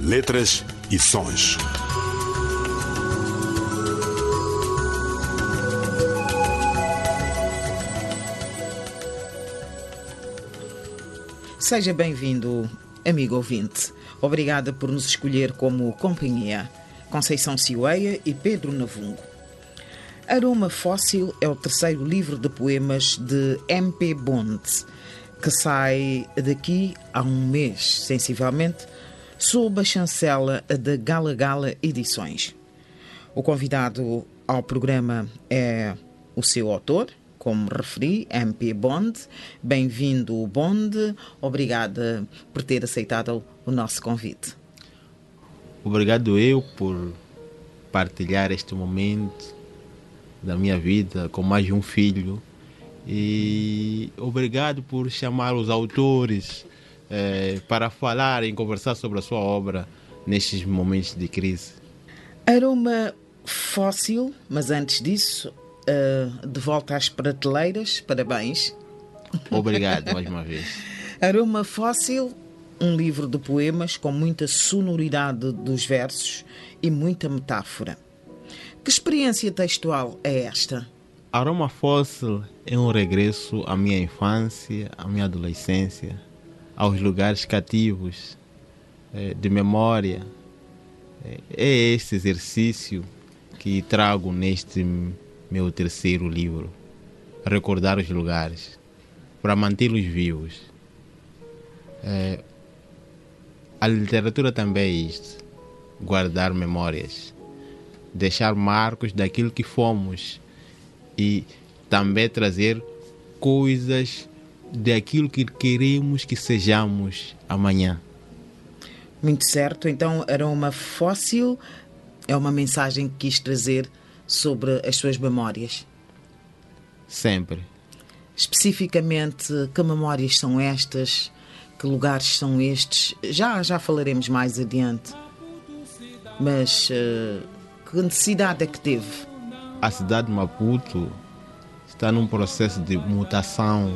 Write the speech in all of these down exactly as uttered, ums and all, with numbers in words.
letras e sons. Seja bem-vindo, amigo ouvinte. Obrigada por nos escolher como companhia. Conceição Cioeia e Pedro Navungo. Aroma Fóssil é o terceiro livro de poemas de M P Bond, que sai daqui a um mês, sensivelmente, sob a chancela da Gala Gala Edições. O convidado ao programa é o seu autor, como referi, M P Bond. Bem-vindo, Bond. Obrigada por ter aceitado o nosso convite. Obrigado eu por partilhar este momento da minha vida com mais um filho. E obrigado por chamar os autores eh, para falarem, conversar sobre a sua obra nestes momentos de crise. Aroma Fóssil, mas antes disso, uh, de volta às prateleiras, parabéns. Obrigado mais uma vez. Aroma Fóssil, um livro de poemas com muita sonoridade dos versos e muita metáfora. Que experiência textual é esta? Aroma Fóssil é um regresso à minha infância, à minha adolescência, aos lugares cativos, de memória. É este exercício que trago neste meu terceiro livro. Recordar os lugares, para mantê-los vivos. É, a literatura também é isto, guardar memórias, deixar marcos daquilo que fomos e também trazer coisas daquilo que queremos que sejamos amanhã. Muito certo. Então, Aroma Fóssil é uma mensagem que quis trazer sobre as suas memórias. Sempre. Especificamente, que memórias são estas? Que lugares são estes? Já, já falaremos mais adiante. Mas uh, que necessidade é que teve? A cidade de Maputo está num processo de mutação.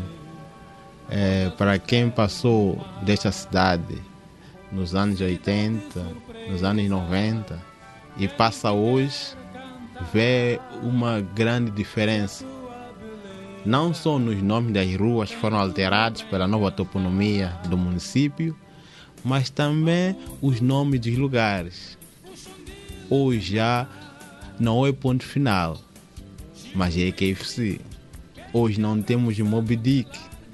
É, para quem passou desta cidade nos anos oitenta, nos anos noventa e passa hoje, vê uma grande diferença. Não só nos nomes das ruas que foram alterados pela nova toponomia do município, mas também os nomes dos lugares. Hoje já não é ponto final, mas é K F C. Hoje não temos o Moby Dick,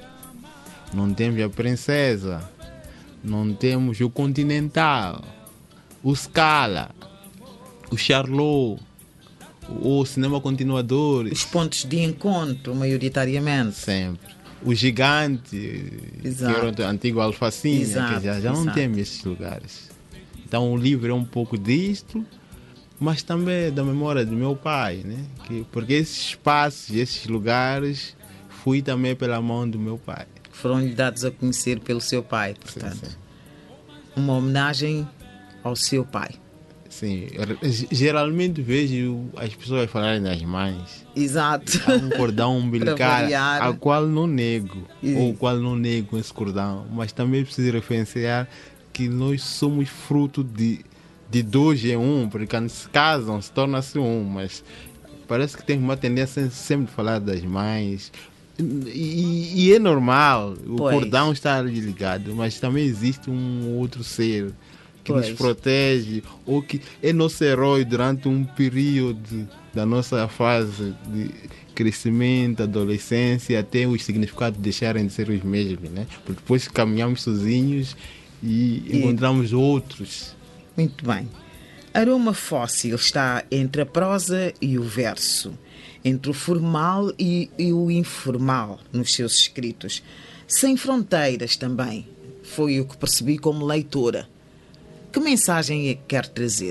não temos a Princesa, não temos o Continental, o Scala, o Charlot, o Cinema Continuador. Os pontos de encontro, maioritariamente. Sempre. O Gigante, Exato. Que era o antigo Alfacinha, Exato, que já, já não exato. temos esses lugares. Então o livro é um pouco disto, mas também da memória do meu pai, né? Que, porque esses espaços, esses lugares, fui também pela mão do meu pai. Foram-lhe dados a conhecer pelo seu pai, portanto. Sim, sim. Uma homenagem ao seu pai. Sim, geralmente vejo as pessoas falarem das mães. Exato. Há um cordão umbilical, variar. a qual não nego, E- ou o qual não nego esse cordão, mas também preciso referenciar que nós somos fruto de, de dois em um, porque quando se casam se torna-se um, mas parece que tem uma tendência sempre de falar das mães. E, e é normal, o Pois. cordão está ali ligado, mas também existe um outro ser que Pois. nos protege, ou que é nosso herói durante um período da nossa fase de crescimento, adolescência, até os significados deixarem de ser os mesmos, né? Porque depois caminhamos sozinhos e, E- encontramos outros. Muito bem. Aroma Fóssil está entre a prosa e o verso, entre o formal e, e o informal nos seus escritos. Sem fronteiras também. Foi o que percebi como leitora. Que mensagem é que quer trazer?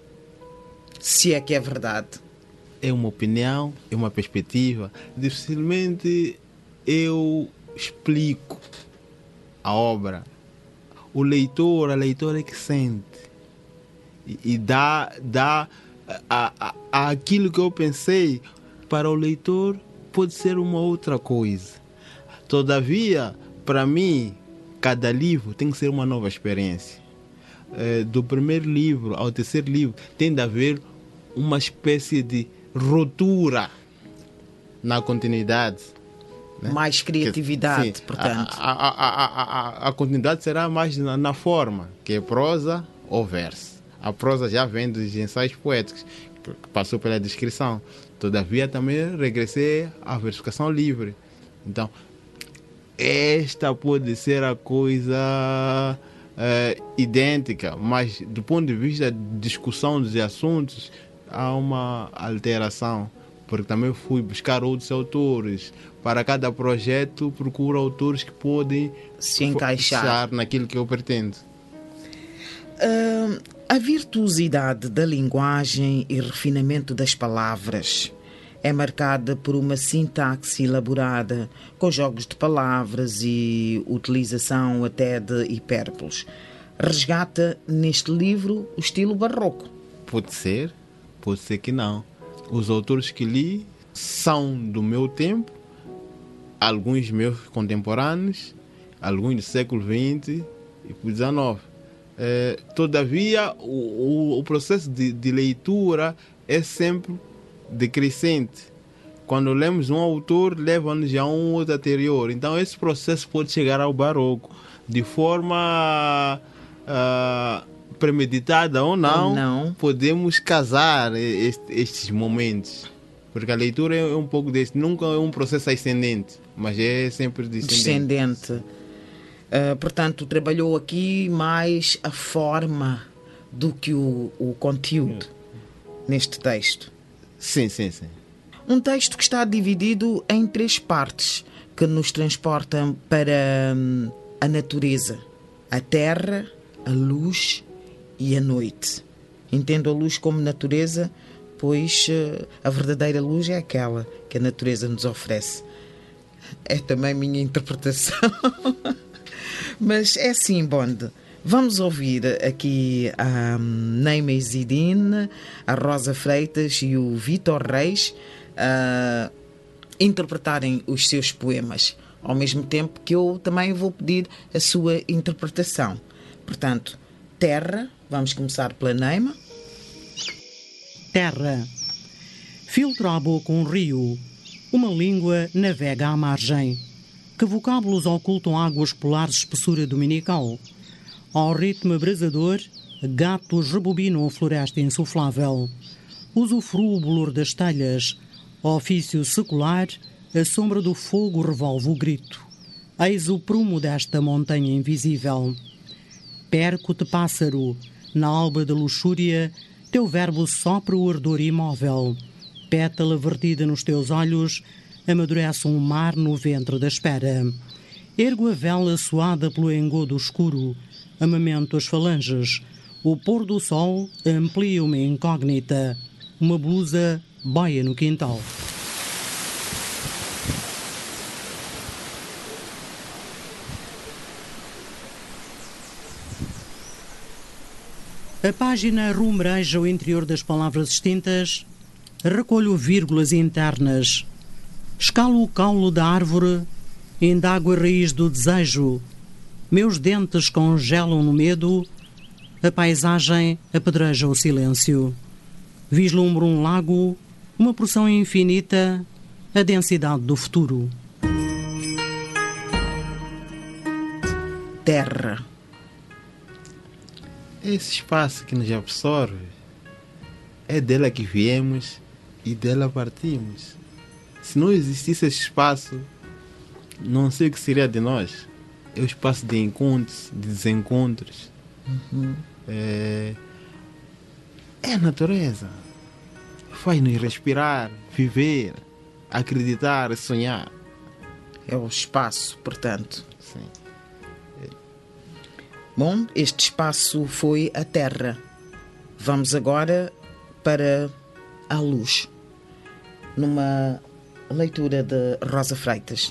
Se é que é verdade. É uma opinião, é uma perspectiva. Dificilmente eu explico a obra. O leitor, a leitora é que sente. E, e dá, dá a, a, a aquilo que eu pensei para o leitor pode ser uma outra coisa. Todavia, para mim, cada livro tem que ser uma nova experiência. eh, do primeiro livro ao terceiro livro, tem de haver uma espécie de ruptura na continuidade. Né? Mais criatividade, que, sim, portanto. A, a, a, a, a, a continuidade será mais na, na forma, que é prosa ou verso. A prosa já vem dos ensaios poéticos, que passou pela descrição. Todavia, também regressei à versificação livre. Então, esta pode ser a coisa é, idêntica, mas do ponto de vista de discussão dos assuntos, há uma alteração. Porque também fui buscar outros autores. Para cada projeto, procuro autores que podem se encaixar naquilo que eu pretendo. Uh, a virtuosidade da linguagem e refinamento das palavras é marcada por uma sintaxe elaborada, com jogos de palavras e utilização até de hipérboles. Resgata neste livro o estilo barroco. Pode ser, pode ser que não. Os autores que li são do meu tempo, alguns meus contemporâneos, alguns do século vinte e dezenove. É, todavia, o, o, o processo de, de leitura é sempre decrescente. Quando lemos um autor, leva-nos a um outro anterior. Então, esse processo pode chegar ao barroco de forma uh, premeditada ou não, ou não. Podemos casar este, estes momentos. Porque a leitura é um pouco desse. Nunca é um processo ascendente, mas é sempre descendente. Descendente. Uh, portanto, trabalhou aqui mais a forma do que o, o conteúdo neste texto. Sim, sim, sim. Um texto que está dividido em três partes que nos transportam para hum, a natureza, a terra, a luz e a noite. Entendo a luz como natureza, pois uh, a verdadeira luz é aquela que a natureza nos oferece. É também minha interpretação. Mas é assim, Bonde. Vamos ouvir aqui a Neima Isidine, a Rosa Freitas e o Vítor Reis uh, interpretarem os seus poemas, ao mesmo tempo que eu também vou pedir a sua interpretação. Portanto, terra, vamos começar pela Neima. Terra. Filtra a boca um rio, uma língua navega à margem. Que vocábulos ocultam águas polares de espessura dominical? Ao ritmo abrasador, gatos rebobinam a floresta insuflável. Usufruo o bolor das telhas. Ofício secular, a sombra do fogo revolve o grito. Eis o prumo desta montanha invisível. Perco-te, pássaro, na alba da luxúria, teu verbo sopra o ardor imóvel. Pétala vertida nos teus olhos, amadurece um mar no ventre da espera. Ergo a vela suada pelo engodo escuro, amamento as falanges. O pôr do sol amplia uma incógnita. Uma blusa boia no quintal. A página rumoreja o interior das palavras extintas. Recolho vírgulas internas. Escalo o caulo da árvore, indago a raiz do desejo. Meus dentes congelam no medo, a paisagem apedreja o silêncio. Vislumbro um lago, uma porção infinita, a densidade do futuro. Terra. Esse espaço que nos absorve, é dela que viemos e dela partimos. Se não existisse esse espaço, não sei o que seria de nós. É o espaço de encontros, de desencontros. Uhum. É... é a natureza. Faz-nos respirar, viver, acreditar, sonhar. É o espaço, portanto. Sim. É. Bom, este espaço foi a terra. Vamos agora para a luz. Numa leitura de Rosa Freitas.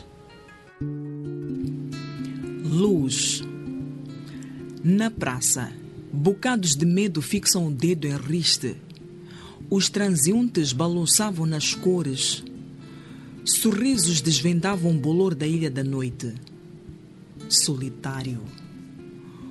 Luz. Na praça, bocados de medo fixam o dedo em riste. Os transeuntes balançavam nas cores. Sorrisos desvendavam o bolor da ilha da noite. Solitário.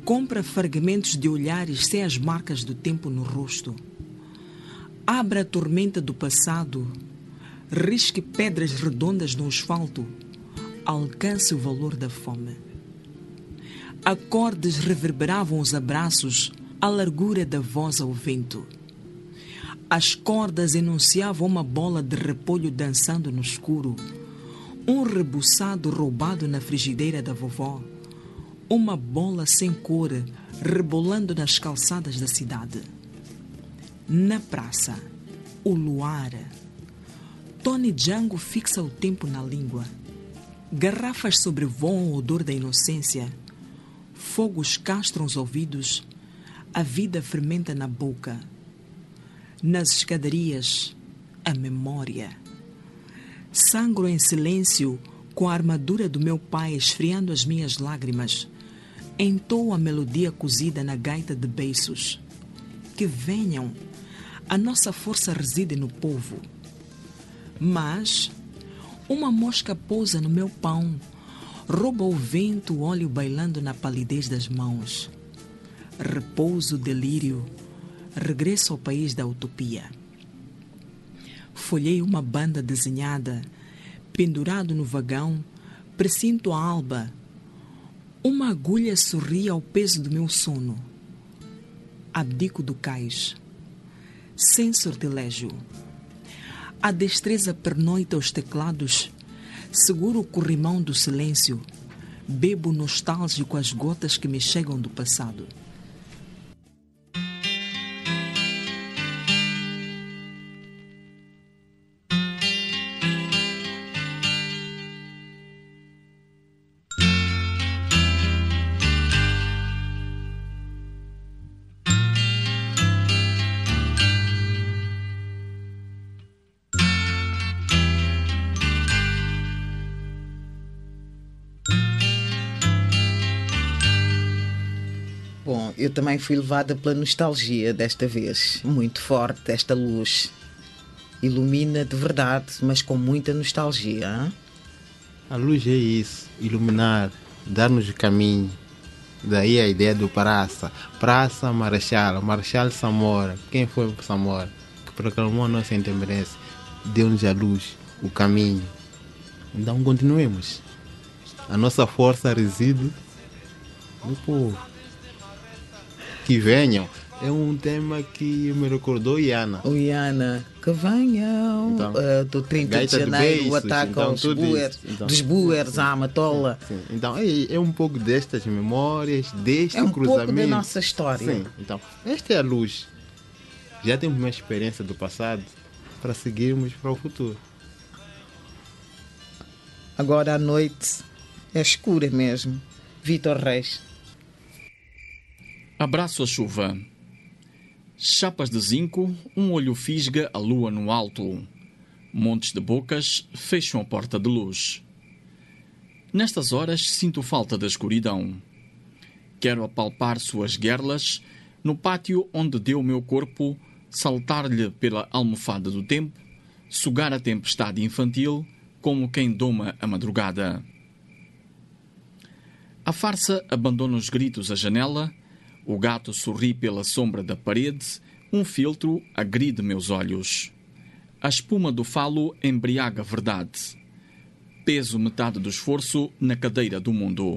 Compra fragmentos de olhares sem as marcas do tempo no rosto. Abra a tormenta do passado. Risque pedras redondas no asfalto. Alcance o valor da fome. Acordes reverberavam os abraços, a largura da voz ao vento. As cordas enunciavam uma bola de repolho dançando no escuro, um rebuçado roubado na frigideira da vovó, uma bola sem cor rebolando nas calçadas da cidade. Na praça, o luar. Tony Django fixa o tempo na língua. Garrafas sobrevoam o odor da inocência. Fogos castram os ouvidos. A vida fermenta na boca. Nas escadarias, a memória. Sangro em silêncio com a armadura do meu pai esfriando as minhas lágrimas. Entoo a melodia cozida na gaita de beiços. Que venham. A nossa força reside no povo. Mas uma mosca pousa no meu pão, rouba o vento, o óleo bailando na palidez das mãos. Repouso, delírio, regresso ao país da utopia. Folhei uma banda desenhada, pendurado no vagão, presinto a alba. Uma agulha sorri ao peso do meu sono. Abdico do cais, sem sortilégio. A destreza pernoita os teclados, seguro o corrimão do silêncio, bebo nostálgico as gotas que me chegam do passado. Bom, eu também fui levada pela nostalgia desta vez, muito forte, esta luz. Ilumina de verdade, mas com muita nostalgia. Hein? A luz é isso, iluminar, dar-nos o caminho. Daí a ideia do praça. Praça Marechal, Marechal Samora. Quem foi Samora? Que proclamou a nossa independência. Deu-nos a luz, o caminho. Então continuemos. A nossa força reside no povo. Que venham. É um tema que me recordou Iana. O Iana, que venham. Então, uh, do trinta de janeiro, o ataque então, aos Boers, então, dos Boers à Amatola. Sim, sim. Então é, é um pouco destas memórias, deste É um cruzamento. pouco da nossa história. Sim, então, esta é a luz. Já temos uma experiência do passado para seguirmos para o futuro. Agora à noite é escura mesmo. Vítor Reis. Abraço a chuva. Chapas de zinco, um olho fisga a lua no alto. Montes de bocas fecham a porta de luz. Nestas horas sinto falta da escuridão. Quero apalpar suas guerlas no pátio onde deu o meu corpo, saltar-lhe pela almofada do tempo, sugar a tempestade infantil como quem doma a madrugada. A farsa abandona os gritos à janela. O gato sorri pela sombra da parede, um filtro agride meus olhos. A espuma do falo embriaga a verdade. Peso metade do esforço na cadeira do mundo.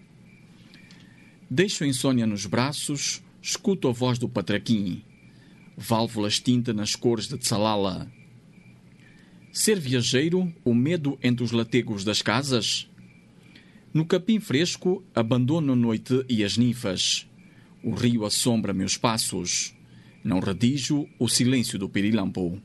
Deixo a insônia nos braços, escuto a voz do patraquim. Válvulas tinta nas cores de Tsalala. Ser viajeiro, o medo entre os lategos das casas? No capim fresco, abandono a noite e as ninfas. O rio assombra meus passos. Não redijo o silêncio do pirilampo.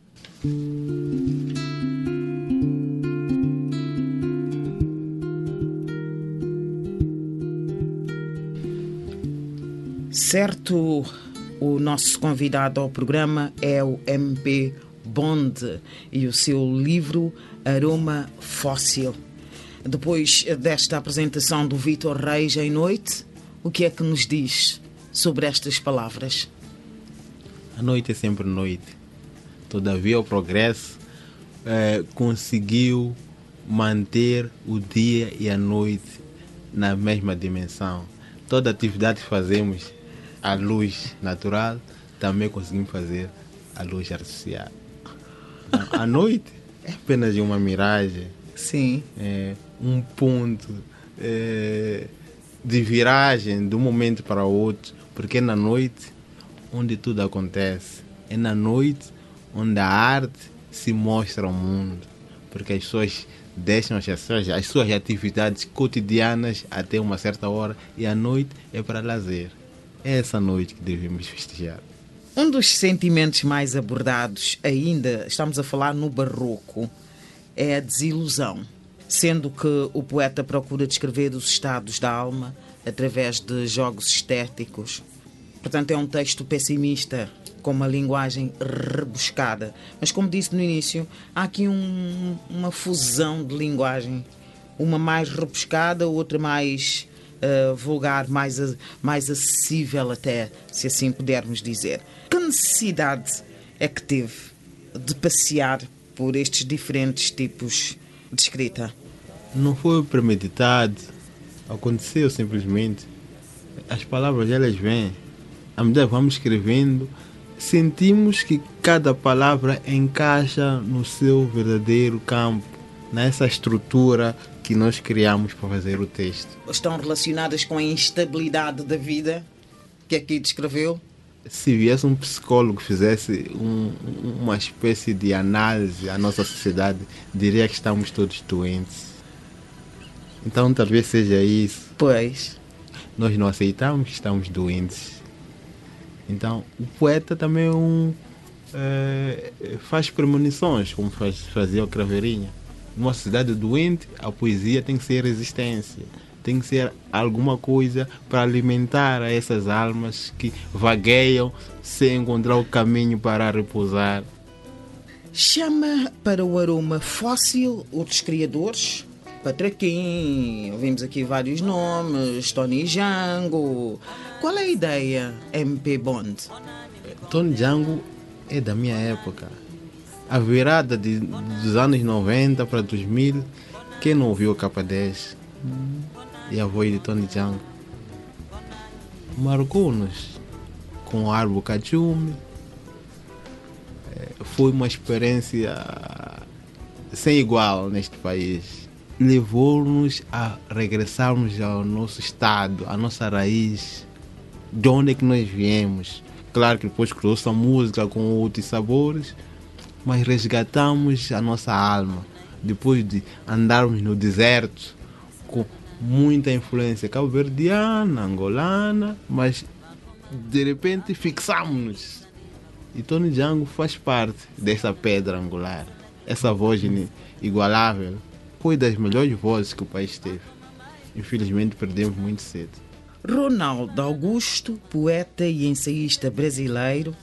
Certo, o nosso convidado ao programa é o M P Bond e o seu livro Aroma Fóssil. Depois desta apresentação do Vítor Reis em noite, o que é que nos diz sobre estas palavras? A noite é sempre noite. Todavia o progresso eh, conseguiu manter o dia e a noite na mesma dimensão. toda atividade que fazemos à luz natural, também conseguimos fazer à luz artificial. À noite é apenas uma miragem. Sim. É um ponto é, de viragem de um momento para o outro, porque é na noite onde tudo acontece. É na noite onde a arte se mostra ao mundo, porque as pessoas deixam as suas, as suas atividades cotidianas até uma certa hora e a noite é para lazer. É essa noite que devemos festejar. Um dos sentimentos mais abordados, ainda estamos a falar no barroco, é a desilusão, sendo que o poeta procura descrever os estados da alma através de jogos estéticos. Portanto, é um texto pessimista, com uma linguagem rebuscada. Mas, como disse no início, há aqui um, uma fusão de linguagem, uma mais rebuscada, outra mais uh, vulgar, mais, mais acessível até, se assim pudermos dizer. Que necessidade é que teve de passear por estes diferentes tipos de escrita? Não foi premeditado, aconteceu simplesmente. As palavras, elas vêm. À medida que vamos escrevendo, sentimos que cada palavra encaixa no seu verdadeiro campo, nessa estrutura que nós criamos para fazer o texto. Estão relacionadas com a instabilidade da vida que aqui descreveu? Se viesse um psicólogo que fizesse um, uma espécie de análise à nossa sociedade, diria que estamos todos doentes. Então talvez seja isso. Pois. Nós não aceitamos que estamos doentes. Então o poeta também é um, é, faz premonições, como faz, fazia o Craveirinha. Numa sociedade doente, a poesia tem que ser resistência. Tem que ser alguma coisa para alimentar a essas almas que vagueiam sem encontrar o caminho para repousar. Chama para o aroma fóssil outros criadores? Patraquim, ouvimos aqui vários nomes, Tony Django. Qual é a ideia, M P Bond? Tony Django é da minha época. A virada de, dos anos noventa para dois mil, quem não ouviu o Capa dez? E a voz de Tony Django marcou-nos com o Arbo Cachume. Foi uma experiência sem igual neste país. Levou-nos a regressarmos ao nosso estado, à nossa raiz, de onde é que nós viemos. Claro que depois criou-se a música com outros sabores, mas resgatamos a nossa alma depois de andarmos no deserto com muita influência cabo-verdiana, angolana, mas de repente fixamos-nos. E Tony Django faz parte dessa pedra angular. Essa voz inigualável foi das melhores vozes que o país teve. Infelizmente perdemos muito cedo. Ronaldo Augusto, poeta e ensaísta brasileiro,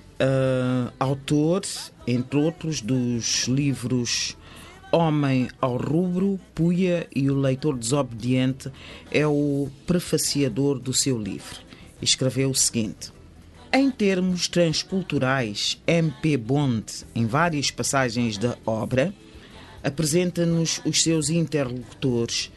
uh, autor, entre outros, dos livros Homem ao Rubro, Puia e O Leitor Desobediente, é o prefaciador do seu livro. Escreveu o seguinte: em termos transculturais, M P Bond, em várias passagens da obra, apresenta-nos os seus interlocutores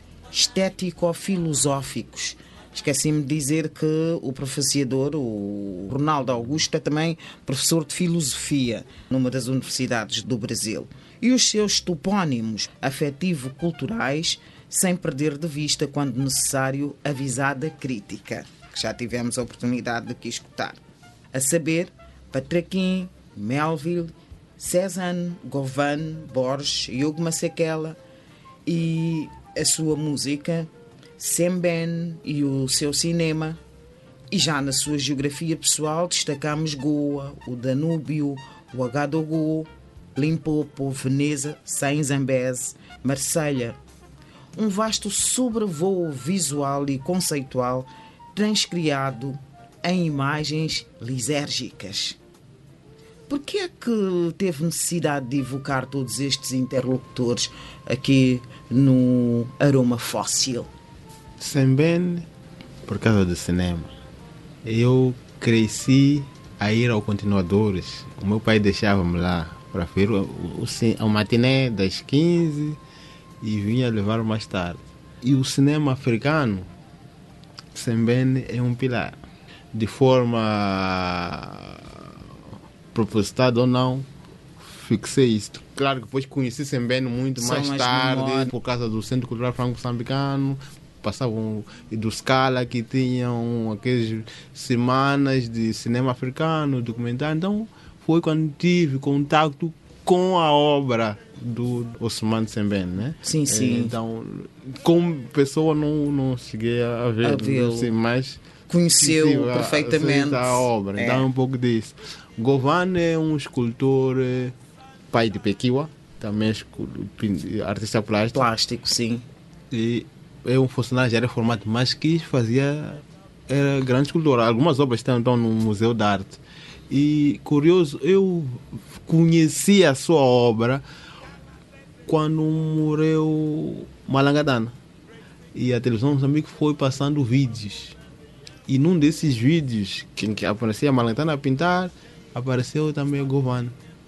estético-filosóficos. Esqueci-me de dizer que o prefaciador, o Ronaldo Augusto, é também professor de filosofia numa das universidades do Brasil. E os seus topónimos afetivo-culturais, sem perder de vista, quando necessário, a visada crítica, que já tivemos a oportunidade de aqui escutar. A saber, Patraquim, Melville, Cézanne, Govan, Borges, Hugo Masekela e a sua música, Sembene e o seu cinema. E já na sua geografia pessoal destacamos Goa, o Danúbio, o Agadougou, Limpopo, Veneza, Saint-Zambeze, Marselha. Um vasto sobrevoo visual e conceitual transcriado em imagens lisérgicas. Por que é que teve necessidade de evocar todos estes interlocutores aqui no Aroma Fóssil? Sembene, por causa do cinema. Eu cresci a ir ao Continuadores. O meu pai deixava-me lá para ver o, o, o matiné das quinze e vinha levar mais tarde. E o cinema africano Sembene é um pilar. De forma propositada ou não, fixei isto. Claro que depois conheci Sembene muito São mais as tarde, memórias. por causa do Centro Cultural Franco-Moçambicano, passavam, e do Scala, que tinham aquelas semanas de cinema africano, documentário. Então foi quando tive contato com a obra do Ousmane Sembene, né? Sim, sim. Então, como pessoa não, não cheguei a ver, A vê-lo. assim, mas Conheceu sim, a- perfeitamente. a obra. É. Então é um pouco disso. Govan é um escultor, eh, pai de Pequiwa, também escul- pin- artista plástico. Plástico, sim. E é um funcionário já era formado, mas que fazia, era grande escultor. Algumas obras estão, estão no Museu de Arte. E curioso, eu conheci a sua obra quando morreu Malangadana. E a televisão de Moçambique foi passando vídeos. E num desses vídeos, que, que aparecia a Malangadana a pintar, apareceu também o Govan.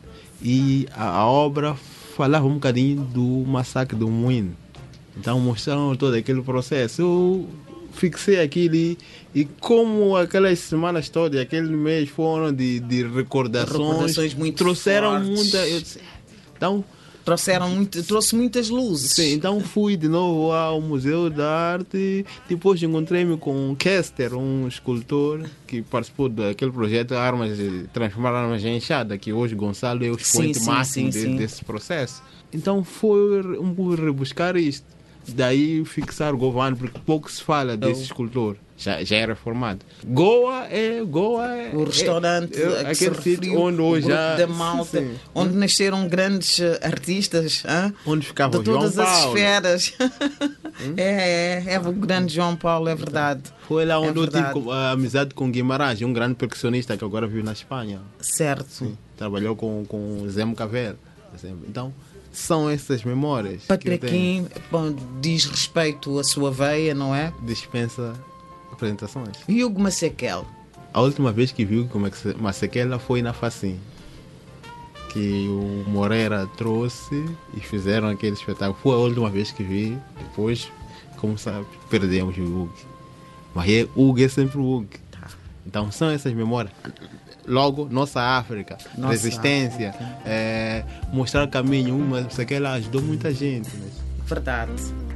E a, a obra falava um bocadinho do massacre do Moinho. Então mostraram todo aquele processo. Eu fixei aquilo e, e como aquelas semanas todas, aquele mês foram de, de recordações, Recordações muito trouxeram fortes. muita. Eu disse, então, Trouxeram muito, trouxe muitas luzes. sim, então fui de novo ao Museu da Arte. Depois encontrei-me com Kester, um escultor que participou daquele projeto Armas, Transformar Armas em Enxada, que hoje Gonçalo é o expoente sim, máximo sim, de- sim. desse processo. Então foi um pouco rebuscar isto. Daí fixar o Govan, porque pouco se fala desse escultor. Já, já era formado. Goa é. Goa é O restaurante é, a que se aquele sítio referiu, onde o hoje grupo já. da Malta, sim, sim. onde nasceram grandes eh, artistas, hã? Onde ficava de o João todas as Paulo. esferas. é, é, é o grande João Paulo, é verdade. Foi lá É onde eu tive verdade. com- a amizade com Guimarães, um grande percussionista que agora vive na Espanha. Certo. Sim. Trabalhou com, com Zé Mucavel, por exemplo. Então, são essas memórias que eu tenho. Patraquim, bom, diz respeito à sua veia, não é? Dispensa apresentações. E Hugo Macequel. A última vez que vi como é que se- Masequela foi na Facim, que o Moreira trouxe e fizeram aquele espetáculo. Foi a última vez que vi. Depois, como sabe, perdemos o Hugo. Mas é, Hugo é sempre o Hugo. Então são essas memórias. Logo, nossa África, Nossa resistência, é, mostrar caminho. Uma Masequela ajudou muita gente. Né? Verdade.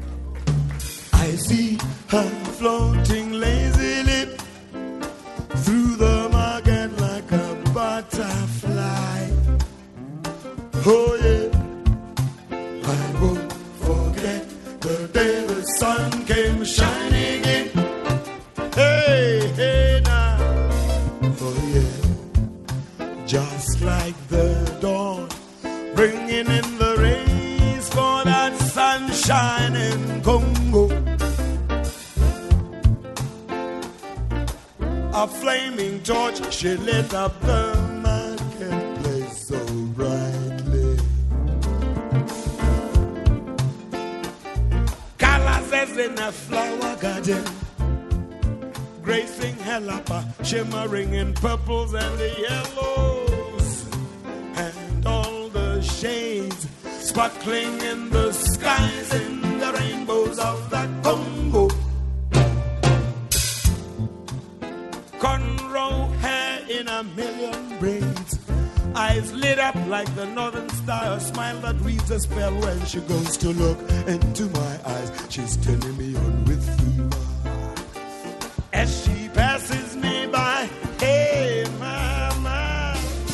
I see her floating lazily through the market like a butterfly. Oh yeah, I won't forget the day the sun came shining in. Hey, hey now, oh yeah, just like the dawn, bringing in the rays for that sunshine in Congo. A flaming torch, she lit up the marketplace so brightly. Colors as in a flower garden, gracing Helapa, shimmering in purples and the yellows, and all the shades sparkling in the skies in the rainbows of the Congo. Cornrow hair in a million braids, eyes lit up like the northern star, a smile that reads a spell when she goes to look into my eyes. She's turning me on with fever as she passes me by. Hey mama,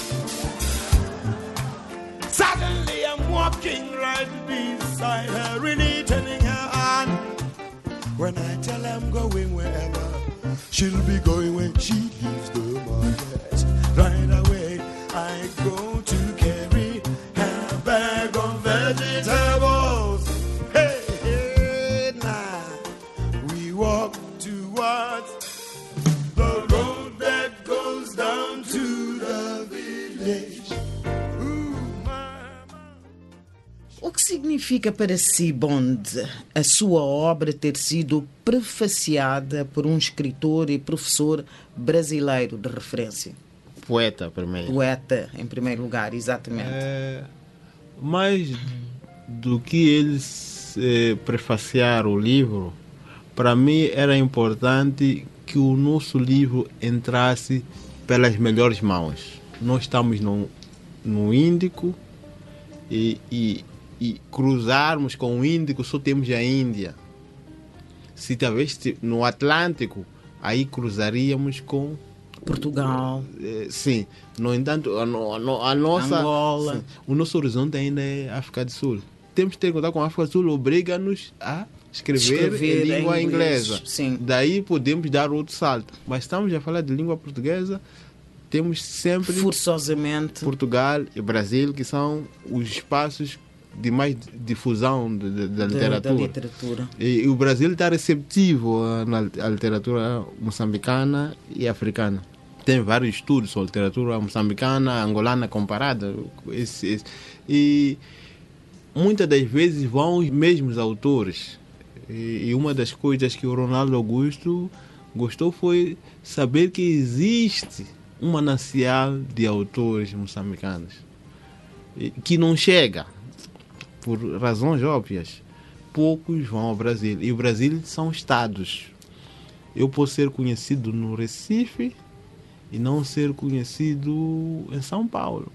suddenly I'm walking right beside her, really turning her on. When I tell her I'm going wherever, she'll be going when she leaves the market. Right away, I go to carry her bag of vegetables. Hey, hey, now we walk towards the road that goes down to the village. Ooh, mama. O que significa para si, Bond, a sua obra ter sido prefaciada por um escritor e professor brasileiro de referência? Poeta, primeiro. Poeta, em primeiro lugar, exatamente. É, mais do que eles eh, prefaciar o livro, para mim era importante que o nosso livro entrasse pelas melhores mãos. Nós estamos no, no Índico e, e, e cruzarmos com o Índico só temos a Índia. Se talvez no Atlântico, aí cruzaríamos com Portugal. Eh, sim, no entanto, a, a, a nossa, Angola. Sim, o nosso horizonte ainda é África do Sul. Temos que ter contato com a África do Sul, obriga-nos a escrever, Escrever em língua em inglês, inglesa. sim. Daí podemos dar outro salto. Mas estamos a falar de língua portuguesa, temos sempre Forçosamente. Portugal e Brasil, que são os espaços de mais difusão de, de, da da- literatura. Da literatura. E, e o Brasil está receptivo à, na, à literatura moçambicana e africana. Tem vários estudos sobre literatura moçambicana, angolana comparada. Esse, esse. E muitas das vezes vão os mesmos autores. E, e uma das coisas que o Ronaldo Augusto gostou foi saber que existe um manancial de autores moçambicanos e que não chega, por razões óbvias. Poucos vão ao Brasil. E o Brasil são estados. Eu posso ser conhecido no Recife e não ser conhecido em São Paulo.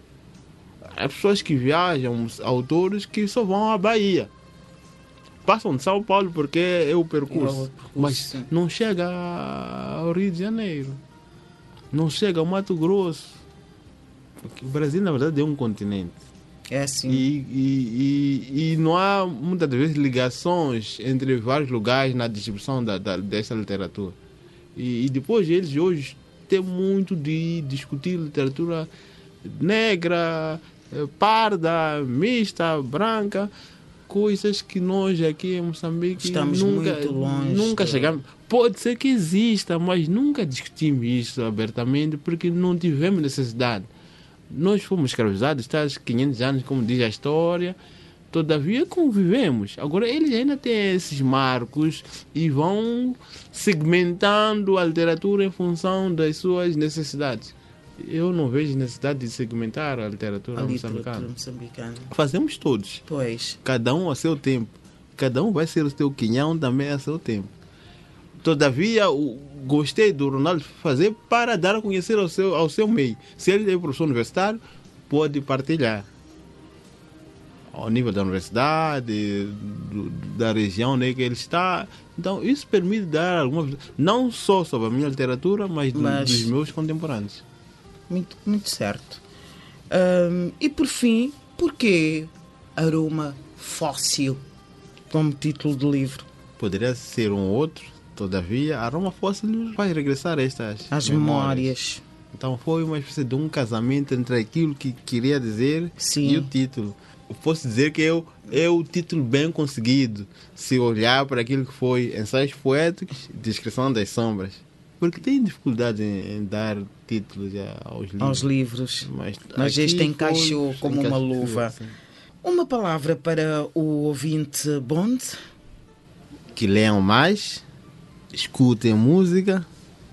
Há pessoas que viajam, autores que só vão à Bahia. Passam de São Paulo porque é o percurso. É o percurso, mas sim. não chega ao Rio de Janeiro. Não chega ao Mato Grosso. Porque o Brasil, na verdade, é um continente. É assim. E, e, e, e não há muitas vezes ligações entre vários lugares na distribuição da, da, dessa literatura. E, e depois eles hoje têm muito de discutir literatura negra, eh, parda, mista, branca, coisas que nós aqui em Moçambique Estamos nunca, muito longe nunca de- chegamos. Pode ser que exista, mas nunca discutimos isso abertamente porque não tivemos necessidade. Nós fomos escravizados, está há quinhentos anos, como diz a história, todavia convivemos. Agora eles ainda têm esses marcos e vão segmentando a literatura em função das suas necessidades. Eu não vejo necessidade de segmentar a literatura A moçambicana. literatura moçambicana. Fazemos todos, Pois. cada um a seu tempo. Cada um vai ser o seu quinhão também a seu tempo. Todavia, o, gostei do Ronaldo fazer para dar a conhecer ao seu, ao seu meio. Se ele é professor universitário, pode partilhar. Ao nível da universidade, do, da região né, que ele está. Então, isso permite dar alguma... Não só sobre a minha literatura, mas, do, Mas- dos meus contemporâneos. Muito, muito certo. Ahm, e por fim, porquê Aroma Fóssil como título do livro? Poderia ser um outro, todavia, Aroma Fóssil nos faz regressar a estas As memórias. Então foi uma espécie de um casamento entre aquilo que queria dizer Sim. e o título. Eu posso dizer que eu, é o título bem conseguido, se olhar para aquilo que foi Ensaios Poéticos, Descrição das Sombras. Porque tem dificuldade em, em dar títulos a- aos livros. Aos livros. Mas, Mas aqui este foi- encaixou como uma encaixou, luva. sim. Uma palavra para o ouvinte Bond? Que leiam mais, escutem música,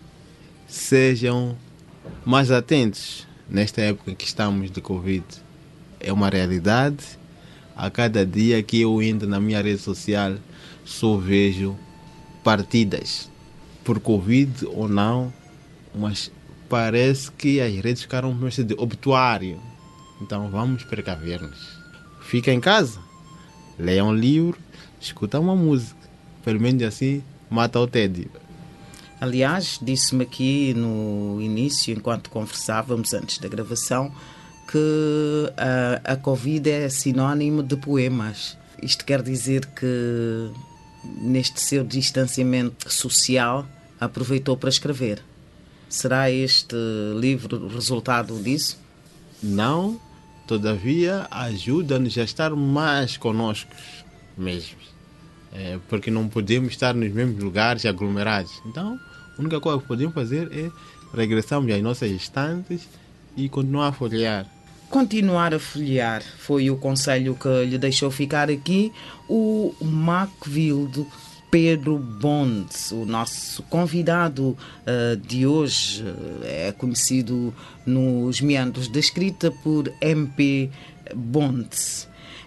sejam mais atentos nesta época em que estamos de Covid. É uma realidade. A cada dia que eu entro na minha rede social, só vejo partidas, por Covid ou não, mas parece que as redes ficaram uma espécie de obituário. Então vamos precaver-nos. Fica em casa, leia um livro, escuta uma música. Pelo menos assim mata o tédio. Aliás, disse-me aqui no início, enquanto conversávamos antes da gravação, que a, a Covid é sinónimo de poemas. Isto quer dizer que neste seu distanciamento social aproveitou para escrever. Será este livro o resultado disso? Não, todavia ajuda-nos a estar mais conosco mesmos. É, porque não podemos estar nos mesmos lugares aglomerados. Então, a única coisa que podemos fazer é regressarmos às nossas estantes e continuar a folhear. Continuar a folhear foi o conselho que lhe deixou ficar aqui o Macvildo Pedro Bond, o nosso convidado uh, de hoje. É conhecido nos meandros da escrita por M P Bond.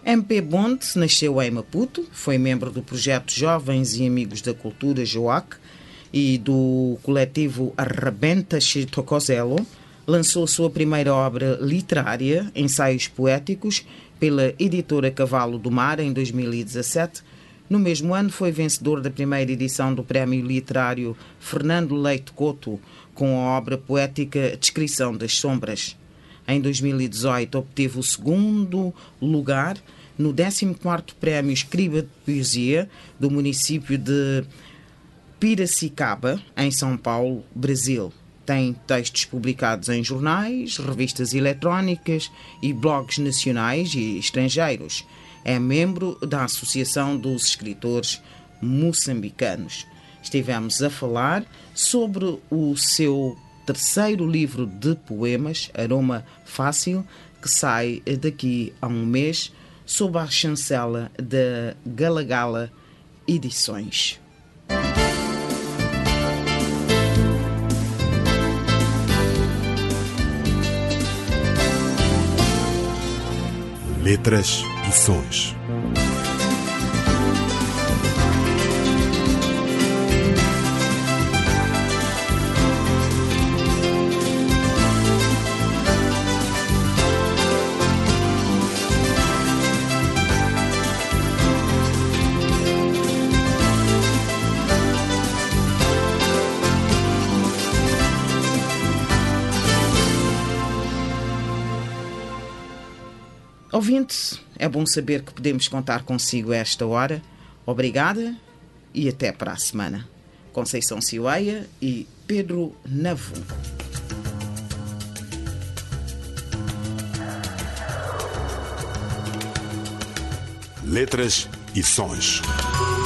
M P Bonde nasceu em Maputo, foi membro do projeto Jovens e Amigos da Cultura, JOAC, e do coletivo Arrebenta Chitocozelo. Lançou sua primeira obra literária, Ensaios Poéticos, pela editora Cavalo do Mar, em dois mil e dezassete. No mesmo ano foi vencedor da primeira edição do Prémio Literário Fernando Leite Couto, com a obra poética Descrição das Sombras. Em dois mil e dezoito obteve o segundo lugar no décimo quarto Prémio Escriba de Poesia do município de Piracicaba, em São Paulo, Brasil. Tem textos publicados em jornais, revistas eletrónicas e blogs nacionais e estrangeiros. É membro da Associação dos Escritores Moçambicanos. Estivemos a falar sobre o seu terceiro livro de poemas, Aroma Fácil, que sai daqui a um mês, sob a chancela da Galagala Edições. Letras e sons. Ouvinte, é bom saber que podemos contar consigo a esta hora. Obrigada e até para a semana. Conceição Cioeia e Pedro Navungo. Letras e sons.